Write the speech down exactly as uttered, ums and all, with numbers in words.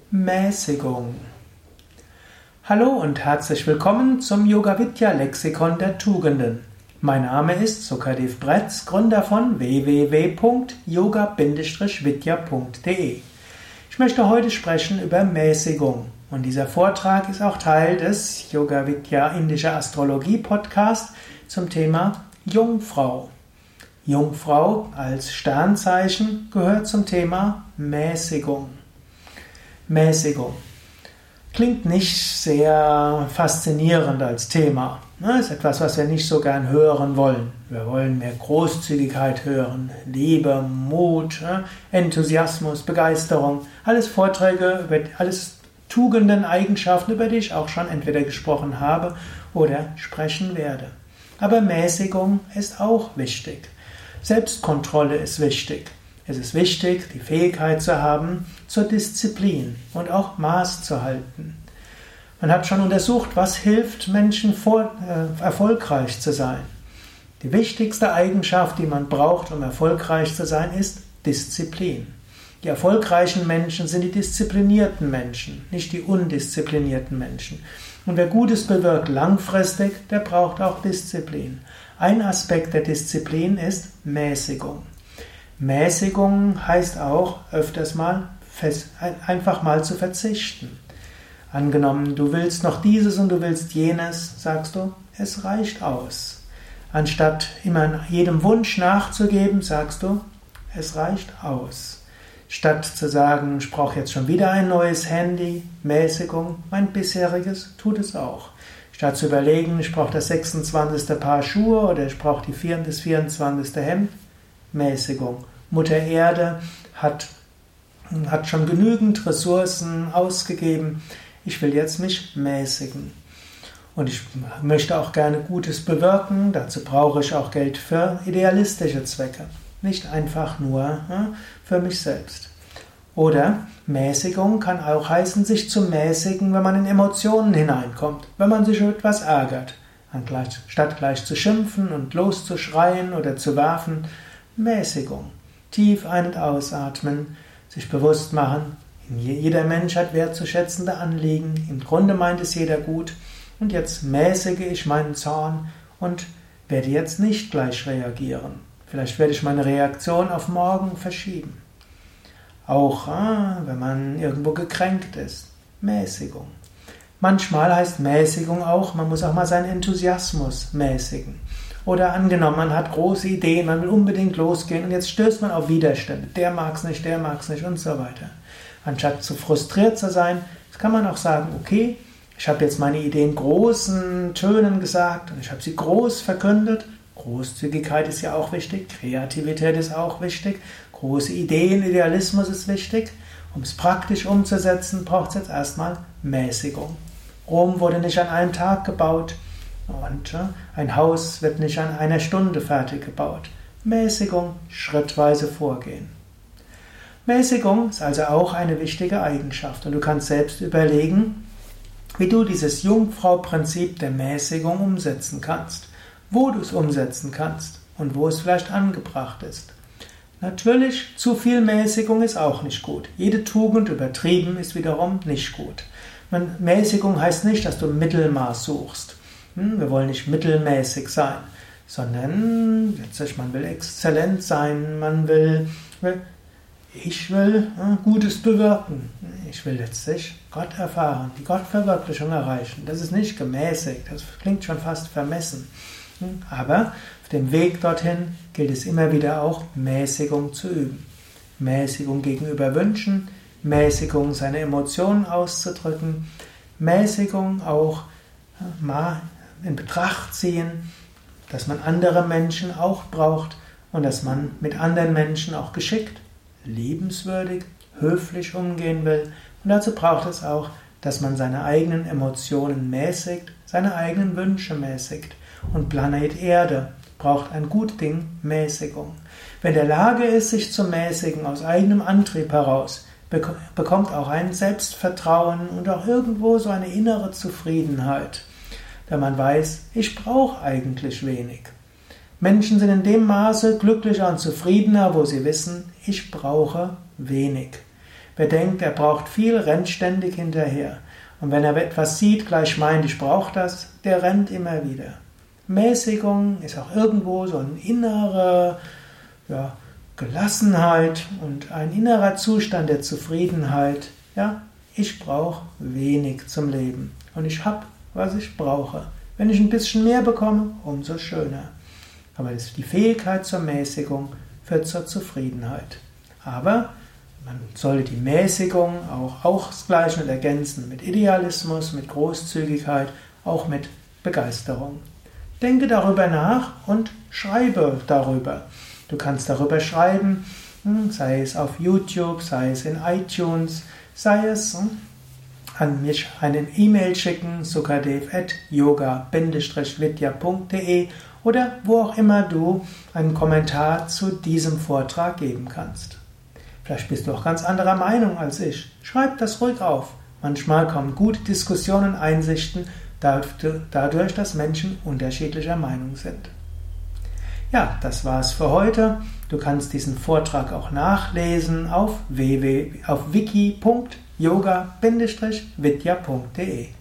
Mäßigung. Hallo und herzlich willkommen zum Yoga Vidya Lexikon der Tugenden. Mein Name ist Sukadev Bretz, Gründer von w w w punkt yoga vidya punkt de. Ich möchte heute sprechen über Mäßigung und dieser Vortrag ist auch Teil des Yoga Vidya Indische Astrologie Podcast zum Thema Jungfrau. Jungfrau als Sternzeichen gehört zum Thema Mäßigung. Mäßigung. Klingt nicht sehr faszinierend als Thema. Das ist etwas, was wir nicht so gern hören wollen. Wir wollen mehr Großzügigkeit hören, Liebe, Mut, Enthusiasmus, Begeisterung. Alles Vorträge, über alles Tugenden, Eigenschaften, über die ich auch schon entweder gesprochen habe oder sprechen werde. Aber Mäßigung ist auch wichtig. Selbstkontrolle ist wichtig. Es ist wichtig, die Fähigkeit zu haben zur Disziplin und auch Maß zu halten. Man hat schon untersucht, was hilft Menschen vor, äh, erfolgreich zu sein. Die wichtigste Eigenschaft, die man braucht, um erfolgreich zu sein, ist Disziplin. Die erfolgreichen Menschen sind die disziplinierten Menschen, nicht die undisziplinierten Menschen. Und wer Gutes bewirkt langfristig, der braucht auch Disziplin. Ein Aspekt der Disziplin ist Mäßigung. Mäßigung heißt auch öfters mal fest, einfach mal zu verzichten. Angenommen, du willst noch dieses und du willst jenes, sagst du, es reicht aus. Anstatt immer jedem Wunsch nachzugeben, sagst du, es reicht aus. Statt zu sagen, ich brauche jetzt schon wieder ein neues Handy, Mäßigung, mein bisheriges tut es auch. Statt zu überlegen, ich brauche das sechsundzwanzigste Paar Schuhe oder ich brauche die das vierundzwanzigste Hemd, Mäßigung. Mutter Erde hat, hat schon genügend Ressourcen ausgegeben. Ich will jetzt mich mäßigen. Und ich möchte auch gerne Gutes bewirken. Dazu brauche ich auch Geld für idealistische Zwecke. Nicht einfach nur ja, für mich selbst. Oder Mäßigung kann auch heißen, sich zu mäßigen, wenn man in Emotionen hineinkommt. Wenn man sich über etwas ärgert. Anstatt gleich zu schimpfen und loszuschreien oder zu werfen, Mäßigung. Tief ein- und ausatmen, sich bewusst machen, jeder Mensch hat wertzuschätzende Anliegen, im Grunde meint es jeder gut und jetzt mäßige ich meinen Zorn und werde jetzt nicht gleich reagieren. Vielleicht werde ich meine Reaktion auf morgen verschieben. Auch ah, wenn man irgendwo gekränkt ist, Mäßigung. Manchmal heißt Mäßigung auch, man muss auch mal seinen Enthusiasmus mäßigen. Oder angenommen, man hat große Ideen, man will unbedingt losgehen und jetzt stößt man auf Widerstände. Der mag es nicht, der mag es nicht und so weiter. Anstatt zu frustriert zu sein, kann man auch sagen, okay, ich habe jetzt meine Ideen großen Tönen gesagt und ich habe sie groß verkündet. Großzügigkeit ist ja auch wichtig, Kreativität ist auch wichtig, große Ideen, Idealismus ist wichtig. Um es praktisch umzusetzen, braucht es jetzt erstmal Mäßigung. Rom wurde nicht an einem Tag gebaut. Und ein Haus wird nicht an einer Stunde fertig gebaut. Mäßigung, schrittweise vorgehen. Mäßigung ist also auch eine wichtige Eigenschaft. Und du kannst selbst überlegen, wie du dieses Jungfrau-Prinzip der Mäßigung umsetzen kannst. Wo du es umsetzen kannst und wo es vielleicht angebracht ist. Natürlich, zu viel Mäßigung ist auch nicht gut. Jede Tugend übertrieben ist wiederum nicht gut. Mäßigung heißt nicht, dass du Mittelmaß suchst. Wir wollen nicht mittelmäßig sein, sondern letztlich, man will exzellent sein, man will, ich will Gutes bewirken. Ich will letztlich Gott erfahren, die Gottverwirklichung erreichen. Das ist nicht gemäßigt, das klingt schon fast vermessen. Aber auf dem Weg dorthin gilt es immer wieder auch, Mäßigung zu üben. Mäßigung gegenüber Wünschen, Mäßigung seine Emotionen auszudrücken, Mäßigung auch mal in Betracht ziehen, dass man andere Menschen auch braucht und dass man mit anderen Menschen auch geschickt, liebenswürdig, höflich umgehen will. Und dazu braucht es auch, dass man seine eigenen Emotionen mäßigt, seine eigenen Wünsche mäßigt. Und Planet Erde braucht ein gut Ding Mäßigung. Wer in der Lage ist, sich zu mäßigen aus eigenem Antrieb heraus, bekommt auch ein Selbstvertrauen und auch irgendwo so eine innere Zufriedenheit. Da man weiß, ich brauche eigentlich wenig. Menschen sind in dem Maße glücklicher und zufriedener, wo sie wissen, ich brauche wenig. Wer denkt, er braucht viel, rennt ständig hinterher. Und wenn er etwas sieht, gleich meint, ich brauche das, der rennt immer wieder. Mäßigung ist auch irgendwo so eine innere ja, Gelassenheit und ein innerer Zustand der Zufriedenheit. Ja, ich brauche wenig zum Leben und ich habe, was ich brauche. Wenn ich ein bisschen mehr bekomme, umso schöner. Aber das ist die Fähigkeit zur Mäßigung führt zur Zufriedenheit. Aber man sollte die Mäßigung auch ausgleichen und ergänzen mit Idealismus, mit Großzügigkeit, auch mit Begeisterung. Denke darüber nach und schreibe darüber. Du kannst darüber schreiben, sei es auf YouTube, sei es in iTunes, sei es an mich eine E-Mail schicken, sukadev at yoga vidya punkt de oder wo auch immer du einen Kommentar zu diesem Vortrag geben kannst. Vielleicht bist du auch ganz anderer Meinung als ich. Schreib das ruhig auf. Manchmal kommen gute Diskussionen, Einsichten dadurch, dass Menschen unterschiedlicher Meinung sind. Ja, das war's für heute. Du kannst diesen Vortrag auch nachlesen auf wiki punkt yoga vidya punkt de.